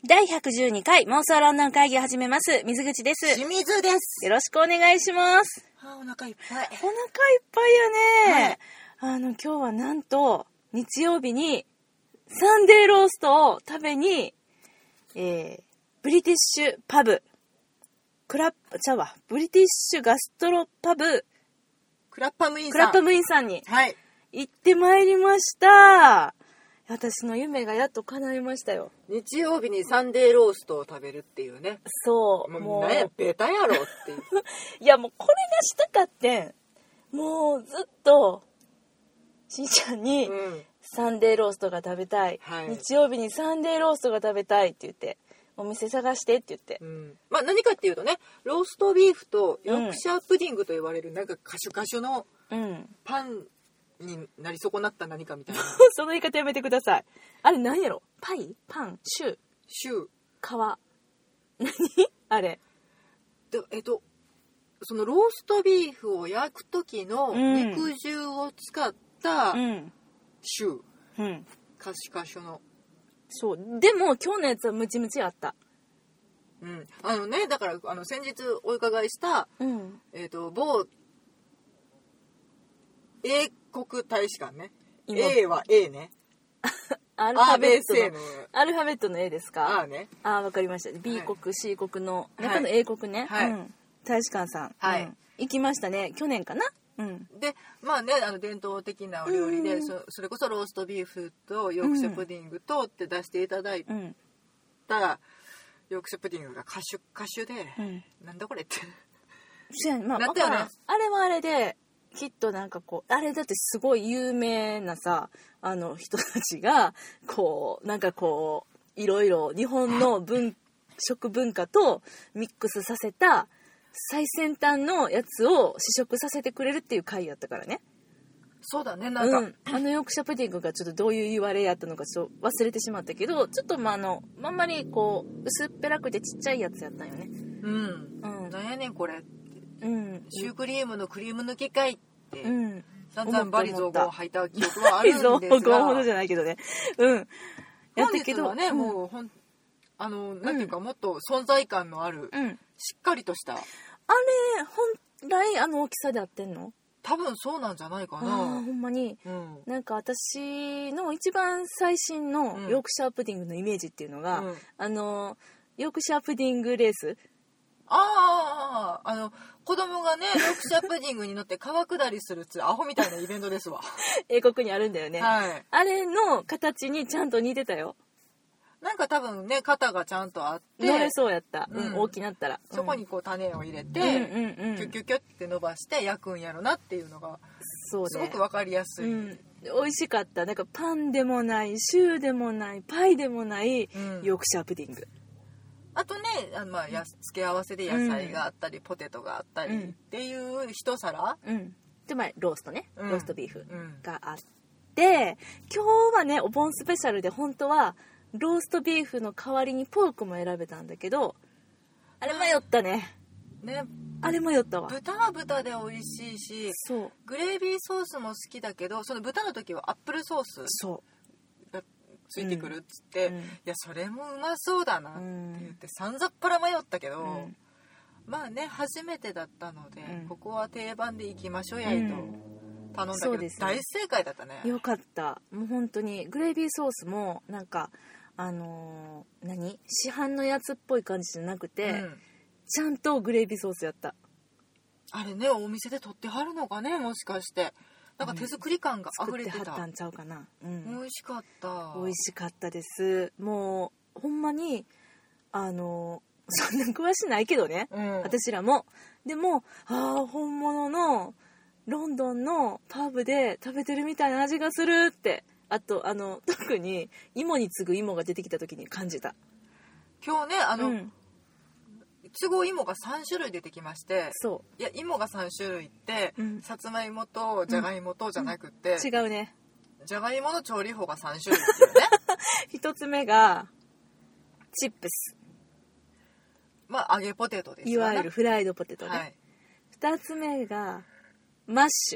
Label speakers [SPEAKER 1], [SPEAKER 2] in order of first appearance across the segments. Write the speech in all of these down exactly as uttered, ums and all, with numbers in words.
[SPEAKER 1] だいひゃくじゅうにかい妄想ロンドン会議を始めます。水口です。
[SPEAKER 2] 清水です。
[SPEAKER 1] よろしくお願いします。
[SPEAKER 2] あ、お腹いっぱい。
[SPEAKER 1] お腹いっぱいやね、
[SPEAKER 2] はい、
[SPEAKER 1] あの今日はなんと日曜日にサンデーローストを食べに、えー、ブリティッシュパブクラッちゃうわブリティッシュガストロパブ
[SPEAKER 2] クラッパムインさん
[SPEAKER 1] クラッパムインさんに
[SPEAKER 2] はい
[SPEAKER 1] 行ってまいりました。私の夢がやっと叶いましたよ。
[SPEAKER 2] 日曜日にサンデーローストを食べるっていうね。
[SPEAKER 1] そう。
[SPEAKER 2] もう何やベタやろっていう
[SPEAKER 1] いやもうこれがしたかってん。もうずっとしんちゃんに、うん、サンデーローストが食べたい、はい、日曜日にサンデーローストが食べたいって言ってお店探してって言って、
[SPEAKER 2] うん、まあ何かっていうとね、ローストビーフとヨークシャープディングと言われるなんかカシュカシュのパンになり損なった何かみたいな
[SPEAKER 1] その言い方やめてください。あれ何やろ、パイパンシュー
[SPEAKER 2] シュー
[SPEAKER 1] 皮何あれ
[SPEAKER 2] で、えっとそのローストビーフを焼く時の肉汁を使ったシュー、うん、カシュカシュの。
[SPEAKER 1] そうでも今日のやつはムチムチあった。
[SPEAKER 2] うん、あのねだからあの先日お伺いした、うん、えっと某英国大使館ね。A は A ね。
[SPEAKER 1] アルファベットのアルファベットの A ですか。
[SPEAKER 2] あね。
[SPEAKER 1] あ、わかりました。B 国、はい、C 国の中の A 国ね。はい、うん、大使館さん、はい、うん、行きましたね。去年かな。うん、で
[SPEAKER 2] まあねあの伝統的なお料理で、うん、そ, それこそローストビーフとヨークシャープディングとって出していただいた、うん、ヨークシャープディングがカシュカシュで、うん、なんだこれって
[SPEAKER 1] まあ、なったよね。あれはあれできっとなんかこうあれだってすごい有名なさあの人たちがこうなんかこういろいろ日本の文食文化とミックスさせた最先端のやつを試食させてくれるっていう回やったからね。
[SPEAKER 2] そうだねなんか、うん、
[SPEAKER 1] あのヨークシャープディングがちょっとどういう言われやったのかちょっと忘れてしまったけどちょっとまああのあんまりこう薄っぺらくてちっちゃいやつやったんよね。
[SPEAKER 2] うん、うん、なんやねんこれうん、シュークリームのクリーム抜きかいって、うん、散々バリ雑言を吐いた記憶はあるんですがバリ雑言ほどじゃないけどね、うん、やったけど本日はね、うん、もうほんあのなんていうか、うん、もっと存在感のある、うん、しっかりとしたあれ
[SPEAKER 1] 本来あの大きさで合ってんの？
[SPEAKER 2] 多分そうなんじゃないかな。あ
[SPEAKER 1] ほんまに、うん、なんか私の一番最新のヨークシャープディングのイメージっていうのが、うん、あのヨークシャープディングレース
[SPEAKER 2] ああ、あの子供がねヨークシャープディングに乗って川下りするってアホみたいなイベントですわ
[SPEAKER 1] 英国にあるんだよね、
[SPEAKER 2] はい、
[SPEAKER 1] あれの形にちゃんと似てたよ。
[SPEAKER 2] なんか多分ね肩がちゃんとあって
[SPEAKER 1] 乗れそうやった、うん、大きなったら、
[SPEAKER 2] うん、そこにこう種を入れて、うんうんうん、キュッキュッキュッって伸ばして焼くんやろなっていうのがそう、ね、すごく分かりやすい、うん、
[SPEAKER 1] 美味しかった。なんかパンでもないシューでもないパイでもない、うん、ヨークシャープディング。
[SPEAKER 2] あとねあのまあや付け合わせで野菜があったり、うん、ポテトがあったりっていう一皿、
[SPEAKER 1] うん、でまあローストね、うん、ローストビーフがあって、今日はねお盆スペシャルで本当はローストビーフの代わりにポークも選べたんだけどあれ迷ったね。
[SPEAKER 2] ね
[SPEAKER 1] あれ迷ったわ。
[SPEAKER 2] 豚は豚で美味しいしそうグレービーソースも好きだけどその豚の時はアップルソースそうがついてくるっつって、うん、いやそれもうまそうだなって言ってさんざっぱら迷ったけど、うん、まあね初めてだったので、うん、ここは定番で行きましょうやいと頼んだけど、うん、大正解だったね。
[SPEAKER 1] よかった。もう本当にグレービーソースもなんかあのー、何市販のやつっぽい感じじゃなくて、うん、ちゃんとグレービーソースやった。
[SPEAKER 2] あれねお店で取ってはるのかねもしかしてなんか手作り感が溢れてた、
[SPEAKER 1] 作ってはったんちゃうかな、
[SPEAKER 2] うん、美味しかった。
[SPEAKER 1] 美味しかったです。もうほんまにあのそんな詳しないけどね、うん、私らもでもあ本物のロンドンのパブで食べてるみたいな味がするってあとあの特に芋に次ぐ芋が出てきた時に感じた。
[SPEAKER 2] 今日ねあの、うん都合芋がさん種類出てきましてそういや芋がさん種類って、うん、さつまいもとじゃがいもとじゃなくて、
[SPEAKER 1] うん、違うね
[SPEAKER 2] じゃがいもの調理法がさん種類っていうね
[SPEAKER 1] 一つ目がチップス
[SPEAKER 2] まあ揚げポテトです
[SPEAKER 1] よねいわゆるフライドポテトね、はい、二つ目がマッシュ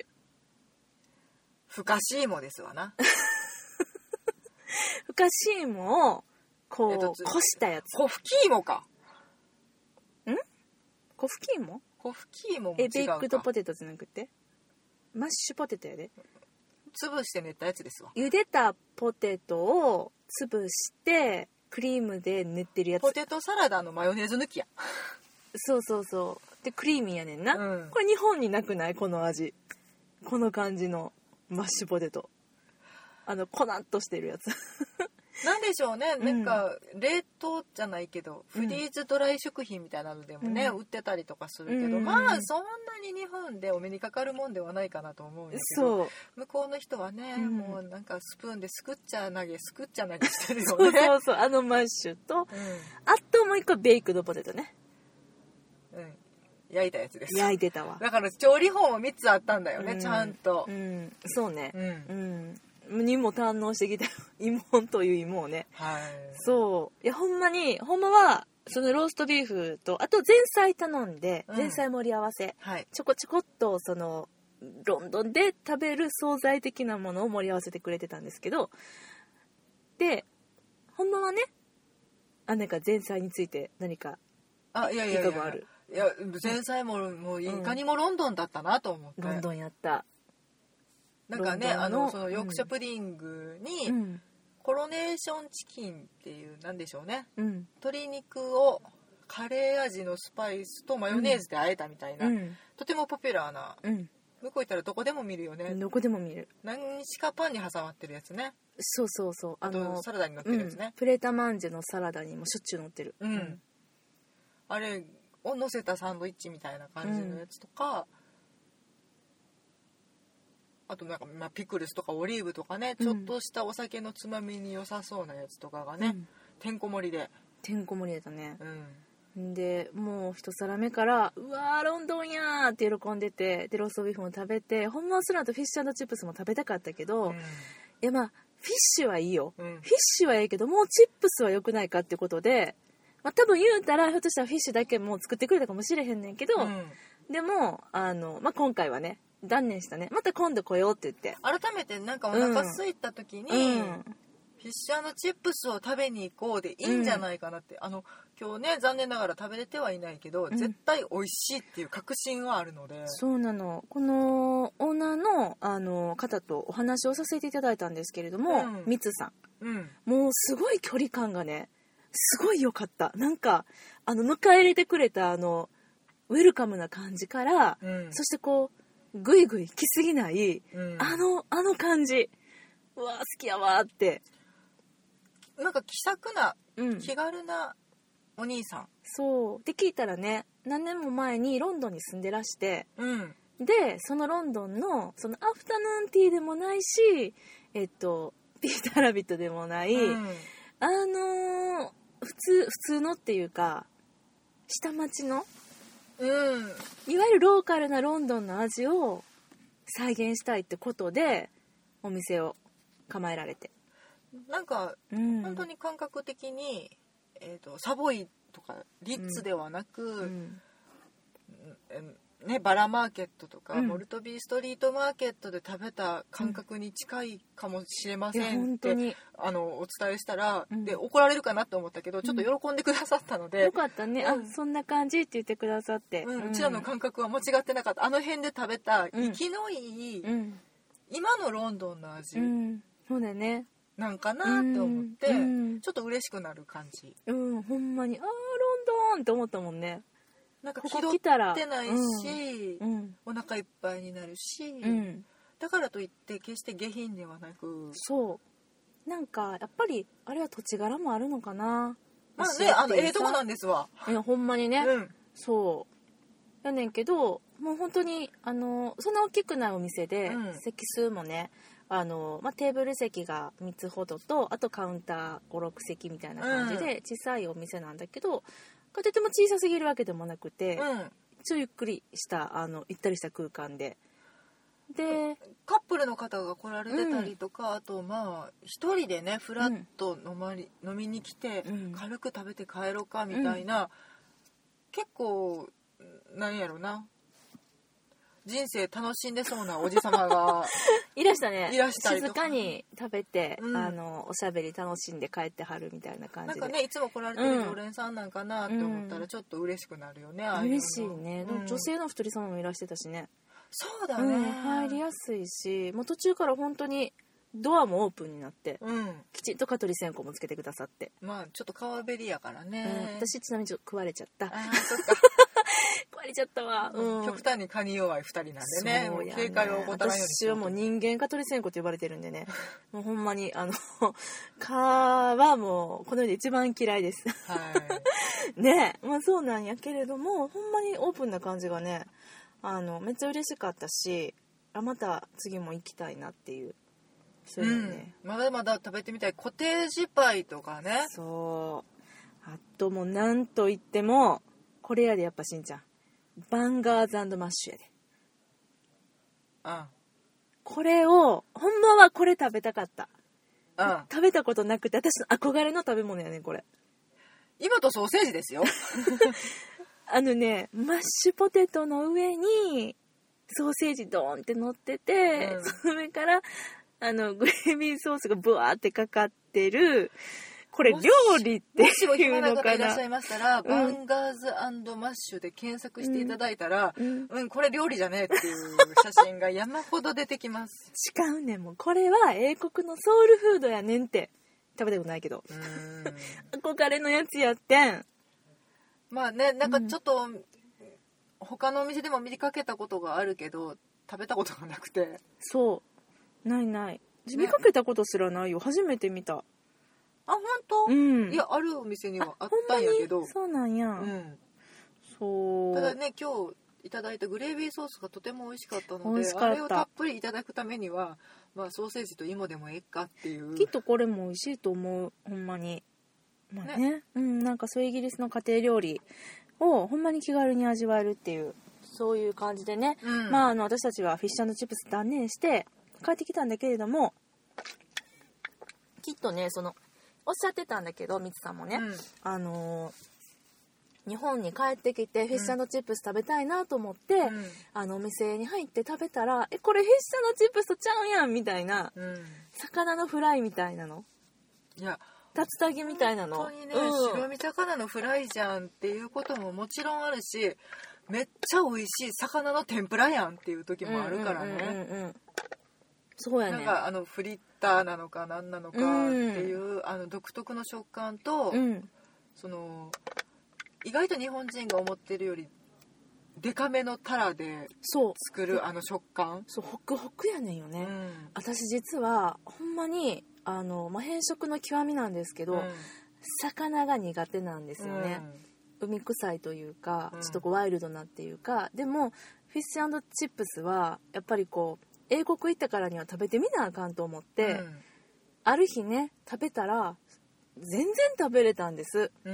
[SPEAKER 2] ふかし芋ですわな
[SPEAKER 1] ふかし芋をこう、えっと、こしたやつ。
[SPEAKER 2] コフキ芋か。
[SPEAKER 1] ん？コフキ芋？
[SPEAKER 2] コフキ芋も違うか。
[SPEAKER 1] え、ベイクドポテトじゃなくてマッシュポテトやで。
[SPEAKER 2] 潰して練ったやつですわ。
[SPEAKER 1] 茹でたポテトを潰してクリームで練ってるやつ。
[SPEAKER 2] ポテトサラダのマヨネーズ抜きや。
[SPEAKER 1] そうそうそう。でクリーミーやねんな、
[SPEAKER 2] うん、
[SPEAKER 1] これ日本になくない？この味、この感じのマッシュポテト、あのコナッとしてるやつ
[SPEAKER 2] なんでしょうね、なんか冷凍じゃないけど、うん、フリーズドライ食品みたいなのでもね、うん、売ってたりとかするけど、うん、まあそんなに日本でお目にかかるもんではないかなと思うんですけど、向こうの人はね、うん、もうなんかスプーンですくっちゃ投げすくっちゃ投げしてるよね。
[SPEAKER 1] そうそうそう、あのマッシュと、うん、あともう一個ベイクドポテトね、
[SPEAKER 2] うん、焼いたやつです。
[SPEAKER 1] 焼いてたわ。
[SPEAKER 2] だから調理法もみっつあったんだよね、うん、ちゃんと、
[SPEAKER 1] うん、そうね、うん、うんにも堪能してきたよ。芋という芋をね、
[SPEAKER 2] はい、
[SPEAKER 1] そういやほんまにほんまはそのローストビーフとあと前菜頼んで、うん、前菜盛り合わせ、
[SPEAKER 2] はい、
[SPEAKER 1] ちょこちょこっとそのロンドンで食べる惣菜的なものを盛り合わせてくれてたんですけど、でほんまはね、あなんか前菜について何か
[SPEAKER 2] あいやいやいやいやいや前菜も、もういかにもロンドンだったなと思って、
[SPEAKER 1] ロンドンやった。
[SPEAKER 2] なんかね、あのそのヨークシャプディングに、うん、コロネーションチキンっていうなんでしょうね、うん、鶏肉をカレー味のスパイスとマヨネーズで和えたみたいな、うん、とてもポピュラーな、うん、向こう行ったらどこでも見るよね。
[SPEAKER 1] どこでも見る。
[SPEAKER 2] 何日かパンに挟まってるやつね。
[SPEAKER 1] そうそうそう。
[SPEAKER 2] あのサラダに乗ってるやつね、うん、
[SPEAKER 1] プレタマンジェのサラダにもしょっちゅう乗ってる、
[SPEAKER 2] うんうん、あれを乗せたサンドイッチみたいな感じのやつとか、あとなんか、まあ、ピクルスとかオリーブとかね、うん、ちょっとしたお酒のつまみに良さそうなやつとかがね、うん、てんこ盛りで
[SPEAKER 1] てんこ盛りだったね、うん、でもう一皿目からうわーロンドンやーって喜んでて、でローストビーフも食べて、ほんまはその後フィッシュ&チップスも食べたかったけど、うん、いやまあフィッシュはいいよ、うん、フィッシュはいいけどもうチップスは良くないかってことで、まあ、多分言うたらひょっとしたらフィッシュだけもう作ってくれたかもしれへんねんけど、うん、でもあの、まあ、今回はね断念したね。また今度来ようって言って
[SPEAKER 2] 改めてなんかお腹空いた時に、うん、フィッシュ&チップスを食べに行こうでいいんじゃないかなって、うん、あの今日ね残念ながら食べれてはいないけど、うん、絶対美味しいっていう確信はあるので。
[SPEAKER 1] そうなの。このオーナーの、あの方とお話をさせていただいたんですけれども、うん、ミツさん、うん、もうすごい距離感がねすごい良かった。なんかあの迎え入れてくれたあのウェルカムな感じから、うん、そしてこうぐいぐい来すぎない、うん、あのあの感じ、うわ好きやわって、
[SPEAKER 2] なんか気さくな、うん、気軽なお兄さん。
[SPEAKER 1] そうで聞いたらね、何年も前にロンドンに住んでらして、うん、でそのロンドンのそのアフタヌーンティーでもないし、えっとピーターラビットでもない、うん、あのー、普通普通のっていうか下町の、うん、いわゆるローカルなロンドンの味を再現したいってことでお店を構えられて、
[SPEAKER 2] なんか、うん、本当に感覚的に、えーと、サボイとかリッツではなく、うんうんね、バラマーケットとか、うん、モルトビーストリートマーケットで食べた感覚に近いかもしれませんって、うん、あのお伝えしたら、うん、で怒られるかなと思ったけどちょっと喜んでくださったので、
[SPEAKER 1] よかったね、うん、あそんな感じって言ってくださって、
[SPEAKER 2] うん、うちらの感覚は間違ってなかった。あの辺で食べた生きのいい、今のロンドンの味、
[SPEAKER 1] そうだね
[SPEAKER 2] なんかなって思って、ちょっと嬉しくなる感じ。
[SPEAKER 1] うんほんまにあーロンドンって思ったもんね。
[SPEAKER 2] なんか気取ってないし、うん、お腹いっぱいになるし、うん、だからといって決して下品ではなく、
[SPEAKER 1] そうなんかやっぱりあれは土地柄もあるのかな。
[SPEAKER 2] まあね、あのええとこなんですわ。
[SPEAKER 1] いやほんまにね、うん、そうやねんけどもう本当にあのそんな大きくないお店で、うん、席数もねあの、まあ、テーブル席がみっつほどとあとカウンターごろく席みたいな感じで、うん、小さいお店なんだけどとても小さすぎるわけでもなくて、うん、ちょっとゆっくりしたあのゆったりした空間でで
[SPEAKER 2] カップルの方が来られてたりとか、うん、あとまあ一人でねフラッと飲まり、うん、飲みに来て、うん、軽く食べて帰ろうかみたいな、うん、結構なんやろな人生楽しんでそうなおじさまが
[SPEAKER 1] いらしたね。
[SPEAKER 2] いらしたりとか
[SPEAKER 1] 静かに食べて、
[SPEAKER 2] うん、
[SPEAKER 1] あのおしゃべり楽しんで帰ってはるみたいな感じで、
[SPEAKER 2] なんかねいつも来られてる常連さんなんかなって思ったらちょっと嬉しくなるよね、うん、ああいうの
[SPEAKER 1] 嬉しいね、うん、女性の一人様もいらしてたしね。
[SPEAKER 2] そうだね、うん、
[SPEAKER 1] 入りやすいし、もう途中から本当にドアもオープンになって、うん、きちんと蚊取り線香もつけてくださって、
[SPEAKER 2] まあちょっと川べりやからね、
[SPEAKER 1] うん、私ちなみにちょっと食われちゃった。
[SPEAKER 2] あそっか
[SPEAKER 1] 食われちゃったわ、
[SPEAKER 2] うん、極端に蚊に弱いふたりなんでね、もう警戒を怠らないように
[SPEAKER 1] 私はもう人間蚊取り線香と呼ばれてるんでねもうほんまにあの蚊はもうこの世で一番嫌いです、はい、ねえ、まあそうなんやけれども、ほんまにオープンな感じがね、あのめっちゃ嬉しかったし、あまた次も行きたいなっていう、そういうのね、
[SPEAKER 2] うん、まだまだ食べてみたいコテージパイとかね。
[SPEAKER 1] そう、あともうなんといってもこれやで、やっぱしんちゃんバンガーズ&マッシュやで。
[SPEAKER 2] うん、
[SPEAKER 1] これをほんまはこれ食べたかった、うん、食べたことなくて私の憧れの食べ物やねんこれ。
[SPEAKER 2] 今とソーセージですよ
[SPEAKER 1] あのね、マッシュポテトの上にソーセージドーンって乗ってて、うん、その上からあのグレービーソースがブワーってかかってる、これ料理っていうのかな。もしも暇な方いらっしゃいま
[SPEAKER 2] したら、うん、バンガーズ&マッシュで検索していただいたら、うん、うん、これ料理じゃねえっていう写真が山ほど出てきます。
[SPEAKER 1] 違うねん、もうこれは英国のソウルフードやねんって。食べたことないけど、うーん憧れのやつやってん。
[SPEAKER 2] まあね、なんかちょっと、うん、他のお店でも見かけたことがあるけど食べたことがなくて。
[SPEAKER 1] そうないない、見かけたことすらないよ、初めて見た。
[SPEAKER 2] あ、本当？
[SPEAKER 1] うん。
[SPEAKER 2] いや、あるお店にはあったんやけど。
[SPEAKER 1] そうなんや。うん。そう。
[SPEAKER 2] ただね、今日いただいたグレービーソースがとても美味しかったので、あれをたっぷりいただくためには、まあソーセージと芋でもええかっていう。
[SPEAKER 1] きっとこれも美味しいと思う、ほんまに。まあね、ね、うん、なんかそういうイギリスの家庭料理をほんまに気軽に味わえるっていう、そういう感じでね。うん、まああの私たちはフィッシュ&チップス断念して帰ってきたんだけれども、きっとね、そのおっしゃってたんだけど、みつさんもね、うん、あのー、日本に帰ってきてフィッシュ&チップス食べたいなと思って、うん、あのお店に入って食べたら、えこれフィッシュ&チップスとちゃうやんみたいな、うん、魚のフライみたいなの、
[SPEAKER 2] いや
[SPEAKER 1] 竜田揚げみたいなの、
[SPEAKER 2] 本当にね、うん、白身魚のフライじゃんっていうことももちろんあるし、めっちゃ美味しい魚の天ぷらやんっていう時もあるからね。
[SPEAKER 1] そうやね。
[SPEAKER 2] なんかあのフリッターなのか何なのかっていう、うん、あの独特の食感と、うん、その意外と日本人が思ってるよりデカめのタラで作るあの食感、
[SPEAKER 1] そうホクホクやねんよね、うん、私実はほんまにあの、まあ、変色の極みなんですけど、うん、魚が苦手なんですよね、うん、海臭いというか、ちょっとこうワイルドなっていうか、でもフィッシュ&チップスはやっぱりこう英国行ったからには食べてみなあかんと思って、うん、ある日ね食べたら全然食べれたんです、うん、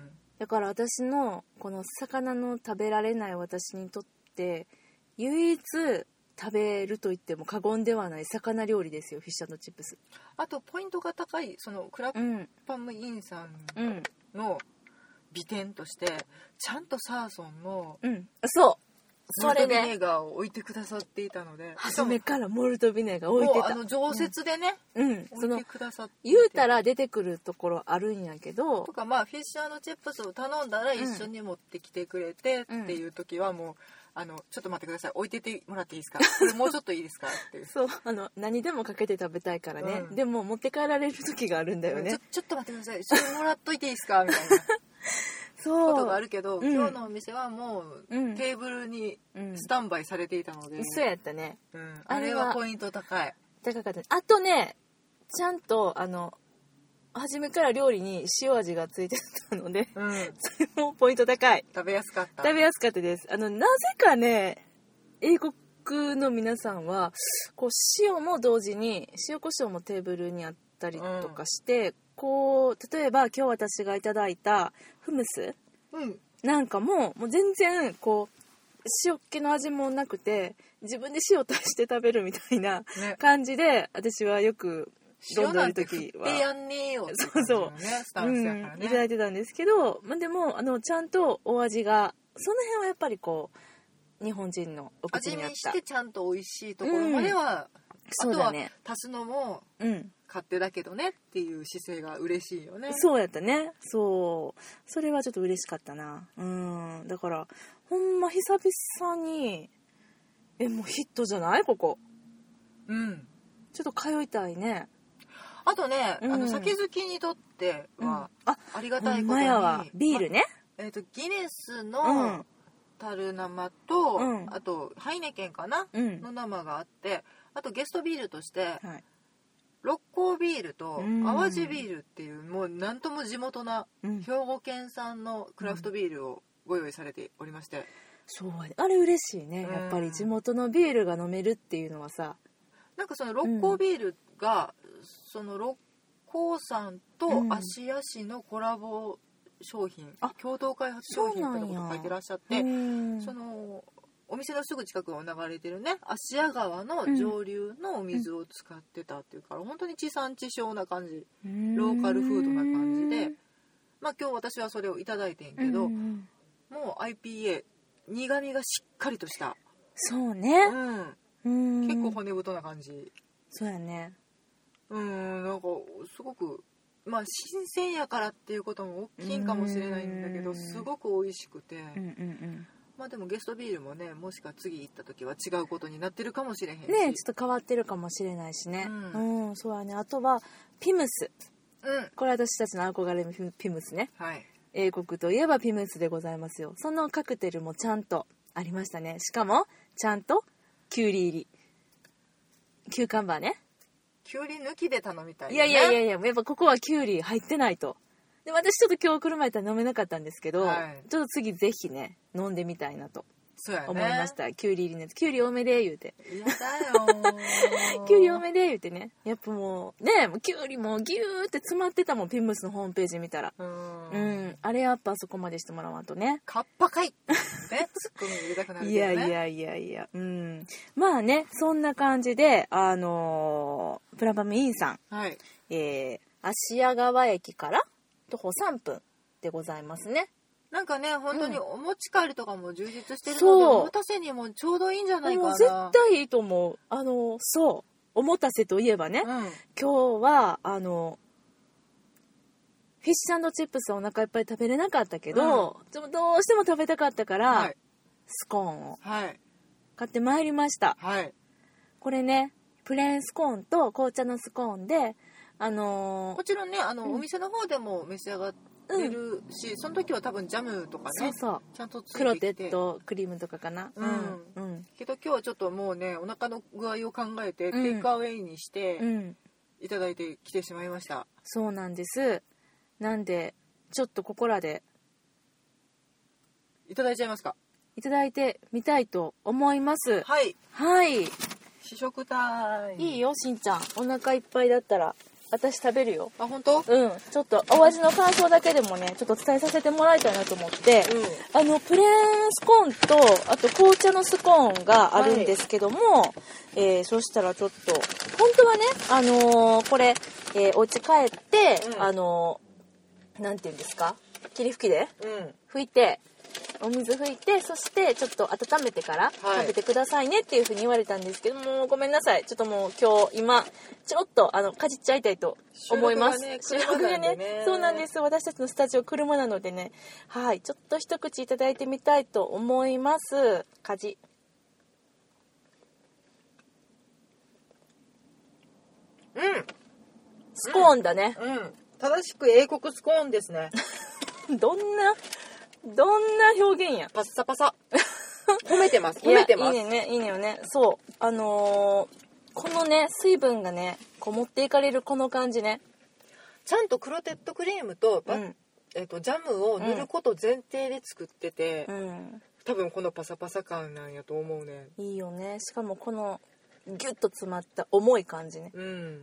[SPEAKER 1] だから私のこの魚の食べられない私にとって唯一食べると言っても過言ではない魚料理ですよ、フィッシュ&チップス。
[SPEAKER 2] あとポイントが高いそのクラッパムインさんの美点として、ちゃんとサーソンの、
[SPEAKER 1] うん、そう
[SPEAKER 2] モルトビネガーを置いてくださっていたので、
[SPEAKER 1] 初めからモルトビネガー置いてた。
[SPEAKER 2] もうあの常設でね、
[SPEAKER 1] うん、
[SPEAKER 2] 置いてくださって、
[SPEAKER 1] 言うたら出てくるところあるんやけど、
[SPEAKER 2] とかまあフィッシュ&チップスを頼んだら一緒に持ってきてくれてっていう時はもう、あのちょっと待ってください、置いててもらっていいですか、これもうちょっといいですかっていう
[SPEAKER 1] そう、あの何でもかけて食べたいからね、うん、でも持って帰られる時があるんだよね。
[SPEAKER 2] ちょ、ちょっと待ってください、それもらっといていいですかみたいなそうことがあるけど、うん、今日のお店はもう、うん、テーブルにスタンバイされていたので、
[SPEAKER 1] うん、そうやったね、
[SPEAKER 2] うん、あれはポイント高い
[SPEAKER 1] 高かった、ね、あとねちゃんとあの初めから料理に塩味がついてたので、うん、それもポイント高い。
[SPEAKER 2] 食べやすかった
[SPEAKER 1] 食べやすかったです。あのなぜかね英国の皆さんはこう塩も同時に塩コショウもテーブルにあったりとかして、うん、こう例えば今日私がいただいたフムス、うん、なんかももう全然こう塩っ気の味もなくて自分で塩足して食べるみたいな感じで、ね、私はよく
[SPEAKER 2] ロンドンの時は塩なんて振ってやんねえよって感じのね、スタンスやからね、
[SPEAKER 1] うん、いただいてたんですけど、まあ、でもあのちゃんとお味がその辺はやっぱりこう日本人のお口に合った
[SPEAKER 2] 味見してちゃんと美味しいところまでは、うん、あとは足すのも勝手だけどねっていう姿勢が嬉しいよね。
[SPEAKER 1] そうやったね。そうそれはちょっと嬉しかったな。うんだからほんま久々にえもうヒットじゃないここ。
[SPEAKER 2] うん
[SPEAKER 1] ちょっと通いたいね。
[SPEAKER 2] あとね、うん、あの酒好きにとっては、うん、あ, ありがたいことに
[SPEAKER 1] はビールね、
[SPEAKER 2] まえー、とギネスの樽生と、うん、あとハイネケンかな、うん、の生があって、あとゲストビールとして、はい、六甲ビールと淡路ビールっていう、うん、もうなんとも地元な兵庫県産のクラフトビールをご用意されておりまして、うん、
[SPEAKER 1] そうあれ嬉しいね。やっぱり地元のビールが飲めるっていうのはさ、
[SPEAKER 2] なんかその六甲ビールが、うん、その六甲山と芦屋市のコラボ商品、うん、共同開発商品ってこと書いてらっしゃって、そのお店のすぐ近くを流れてるね芦屋川の上流のお水を使ってたっていうから、うん、本当に地産地消な感じ、ローカルフードな感じで、まあ今日私はそれをいただいてんけど、もう アイピーエー 苦味がしっかりとした、
[SPEAKER 1] そうね、
[SPEAKER 2] うん、結構骨太な感じ。
[SPEAKER 1] そうやね。
[SPEAKER 2] うんなんかすごくまあ新鮮やからっていうことも大きいかもしれないんだけど、すごく美味しくて、うんうんうん、まあでもゲストビールもねもしか次行った時は違うことになってるかもしれへんしね、
[SPEAKER 1] ちょっと変わってるかもしれないしね、うん、うん、そうやね。あとはピムス、うん、これ私たちの憧れのピムスね、はい、英国といえばピムスでございますよ。そのカクテルもちゃんとありましたね。しかもちゃんとキュウリ入りキューカンバーね。
[SPEAKER 2] キュウリ抜きで頼みたい、ね、
[SPEAKER 1] いやいやいやいや、やっぱここはキュウリ入ってないと。で私ちょっと今日車やったら飲めなかったんですけど、はい、ちょっと次ぜひね飲んでみたいなと思いました。キュウリ入りのやつ、キュウリ多めで言うて、
[SPEAKER 2] いやだよ
[SPEAKER 1] キュウリ多めで言うてね、やっぱもうねキュウリもギューって詰まってたもん。ピムスのホームページ見たら、うん、うん、あれやっぱそこまでしてもらわんとね。
[SPEAKER 2] カッパかいねツッコミ入れたくなるけどね。い
[SPEAKER 1] やいやいやいや、うん、まあねそんな感じであのー、プラバムインさん、はい、えー、芦屋川駅から徒歩さんぷんでございますね。
[SPEAKER 2] なんかね本当にお持ち帰りとかも充実してるので、うん、おもたせにもちょうどいいんじゃないかな。もう
[SPEAKER 1] 絶対いいと思う。あのそうおもたせといえばね、うん、今日はあのフィッシュ&チップスはお腹いっぱい食べれなかったけど、うん、でもどうしても食べたかったから、はい、スコーンを買ってまいりました、はい、これねプレーンスコーンと紅茶のスコーンで、あのー、
[SPEAKER 2] もちろんねあの、うん、お店の方でも召し上がって出るし、うん、その時は多分ジャムとかね、
[SPEAKER 1] そうそう
[SPEAKER 2] ちゃんとついてきて、
[SPEAKER 1] クロテッドクリームとかかな、
[SPEAKER 2] うんうん、けど今日はちょっともうねお腹の具合を考えて、うん、テイクアウェイにして、うん、いただいてきてしまいました。
[SPEAKER 1] そうなんです。なんでちょっとここらで
[SPEAKER 2] いただいちゃいますか。
[SPEAKER 1] いただいてみたいと思います。
[SPEAKER 2] はい
[SPEAKER 1] はい
[SPEAKER 2] 試食タイム。
[SPEAKER 1] いいよしんちゃん、お腹いっぱいだったら私食べるよ。
[SPEAKER 2] あ、本当？
[SPEAKER 1] うん。ちょっとお味の感想だけでもね、ちょっと伝えさせてもらいたいなと思って、うん、あのプレーンスコーンとあと紅茶のスコーンがあるんですけども、はい、えー、そしたらちょっと本当はね、あのー、これ、えー、お家帰って、うん、あのー、なんていうんですか、霧吹きで、うん、拭いて。お水拭いて、そしてちょっと温めてから食べてくださいねっていう風に言われたんですけども、ごめんなさい、ちょっともう今日今ちょっとあのかじっちゃいたいと思います。
[SPEAKER 2] 収録がね、
[SPEAKER 1] ね、そうなんです。私たちのスタジオ車なのでね、はい、ちょっと一口いただいてみたいと思います。かじ
[SPEAKER 2] うん
[SPEAKER 1] スコーンだね、
[SPEAKER 2] うんうん、正しく英国スコーンですね
[SPEAKER 1] どんなどんな表現や。
[SPEAKER 2] パッサパサ褒めてます褒めてます。
[SPEAKER 1] いいねいいねよね。そうあのー、このね水分がねこう持っていかれるこの感じね。
[SPEAKER 2] ちゃんとクロテッドクリームと、うんえー、とジャムを塗ること前提で作ってて、うん、多分このパサパサ感なんやと思うね。
[SPEAKER 1] いいよね。しかもこのギュッと詰まった重い感じね、うん、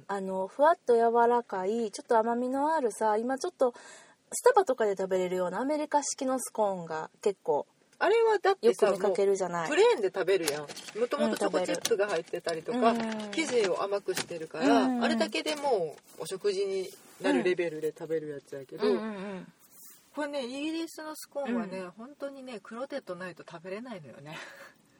[SPEAKER 1] あのふわっと柔らかいちょっと甘みのあるさ、今ちょっとスタバとかで食べれるようなアメリカ式のスコーンが結構
[SPEAKER 2] あれはだってさ
[SPEAKER 1] よく見かけるじゃない。
[SPEAKER 2] プレーンで食べるやん。もともとチョコチップが入ってたりとか、うん、生地を甘くしてるから、うん、あれだけでもうお食事になるレベルで食べるやつやけど、うんうんうん、これねイギリスのスコーンはね、うん、本当にねクロテッドないと食べれないのよね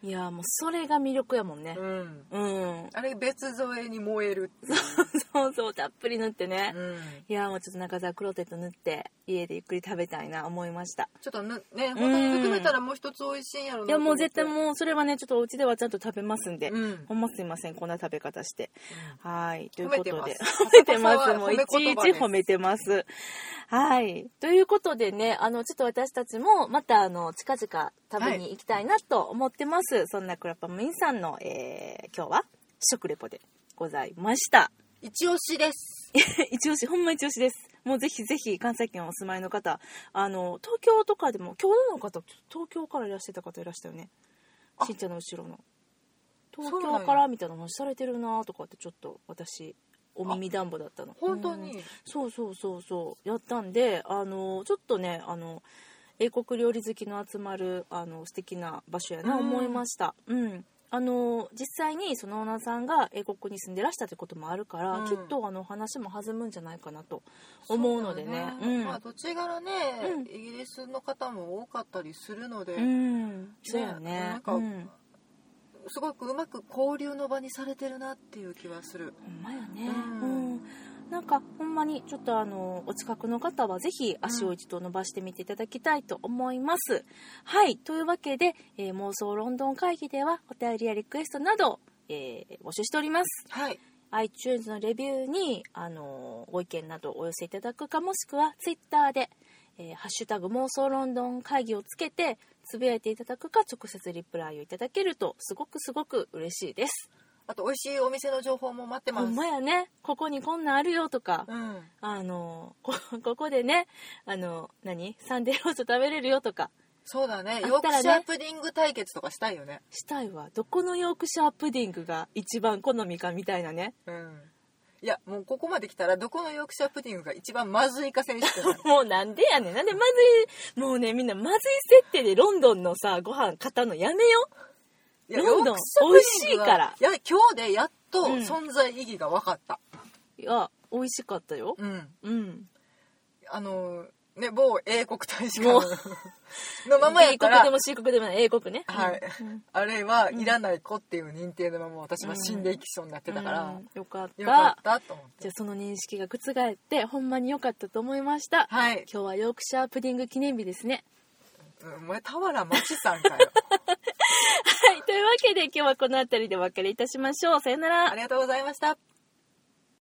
[SPEAKER 1] いやもうそれが魅力やもんね。うん、
[SPEAKER 2] うん、あれ別添えに燃えるっていう
[SPEAKER 1] そうそうたっぷり塗ってね、
[SPEAKER 2] うん、
[SPEAKER 1] いやもうちょっと中澤クロテッド塗って家でゆっくり食べたいな思いました。
[SPEAKER 2] ちょっとね本当にぬくめたらもう一つ美味しいんやろな。
[SPEAKER 1] いやもう絶対もうそれはねちょっとお家ではちゃんと食べますんで、
[SPEAKER 2] うん、
[SPEAKER 1] ほんますいませんこんな食べ方して、うん、はいということで
[SPEAKER 2] 褒め
[SPEAKER 1] てますもういちいち褒めてます。はいということでねあのちょっと私たちもまたあの近々食べに行きたいなと思ってます、はい、そんなクラパムインさんの、えー、今日は食レポでございました。
[SPEAKER 2] 一押しです
[SPEAKER 1] 一押しほんま一押しです。もうぜひぜひ関西圏お住まいの方あの東京とかでも今日の方東京からいらしてた方いらしたよね。しんちゃんの後ろの東京からみたいな話されてるなとかってちょっと私お耳暖房だったの。
[SPEAKER 2] 本当に、
[SPEAKER 1] うん、そうそうそうそうやったんであのちょっとねあの英国料理好きの集まるあの素敵な場所やな思いました。うん、うん、あの実際にそのオーナーさんが英国に住んでらしたということもあるから、うん、きっとあの話も弾むんじゃないかなと思うのでね。
[SPEAKER 2] う、ね、うん、まあどちらね、うん、イギリスの方も多かったりするので、
[SPEAKER 1] うん、そうやね。
[SPEAKER 2] なんか、うんすごくうまく交流の場にされてるなっていう気はする。
[SPEAKER 1] ほんまやね、うんうん、なんかほんまにちょっとあのお近くの方はぜひ足を一度伸ばしてみていただきたいと思います、うん、はいというわけで、えー、妄想ロンドン会議ではお便りやリクエストなど、えー、募集しております、
[SPEAKER 2] はい、
[SPEAKER 1] iTunes のレビューにあのご意見などお寄せいただくかもしくは Twitter でえー、ハッシュタグ妄想ロンドン会議をつけてつぶやいていただくか直接リプライをいただけるとすごくすごく嬉しいです。
[SPEAKER 2] あと美味しいお店の情報も待ってます。
[SPEAKER 1] ほんまやねここにこんなんあるよとか、
[SPEAKER 2] うん、
[SPEAKER 1] あの こ, ここでねあの何サンデーロースト食べれるよとか。
[SPEAKER 2] そうだねヨークシャープディング対決とかしたいよね。
[SPEAKER 1] したいわ。どこのヨークシャープディングが一番好みかみたいなね。
[SPEAKER 2] うんいやもうここまで来たらどこのヨークシャープディングが一番まずいか選手権
[SPEAKER 1] もうなんでやねんなんでまずいもうねみんなまずい設定でロンドンのさご飯買ったのやめよ。
[SPEAKER 2] いや
[SPEAKER 1] ロンドン美味しいから
[SPEAKER 2] いや今日でやっと存在意義が分かった、
[SPEAKER 1] うん、いや美味しかったよ。
[SPEAKER 2] うん
[SPEAKER 1] うん
[SPEAKER 2] あのね某英国大使館のままやったら
[SPEAKER 1] 英国でも C 国でもない英国ね、
[SPEAKER 2] はい、うん、あれはいらない子っていう認定のまま私は死んでいきそうになってたから、うんうん、
[SPEAKER 1] よかった
[SPEAKER 2] よかったと思って。
[SPEAKER 1] じゃあその認識が覆ってほんまによかったと思いました、
[SPEAKER 2] はい、
[SPEAKER 1] 今日はヨークシャープディング記念日ですね。
[SPEAKER 2] お前俵真知さんかよ
[SPEAKER 1] はいというわけで今日はこの辺りでお別れいたしましょう。さよなら。
[SPEAKER 2] ありがとうございました。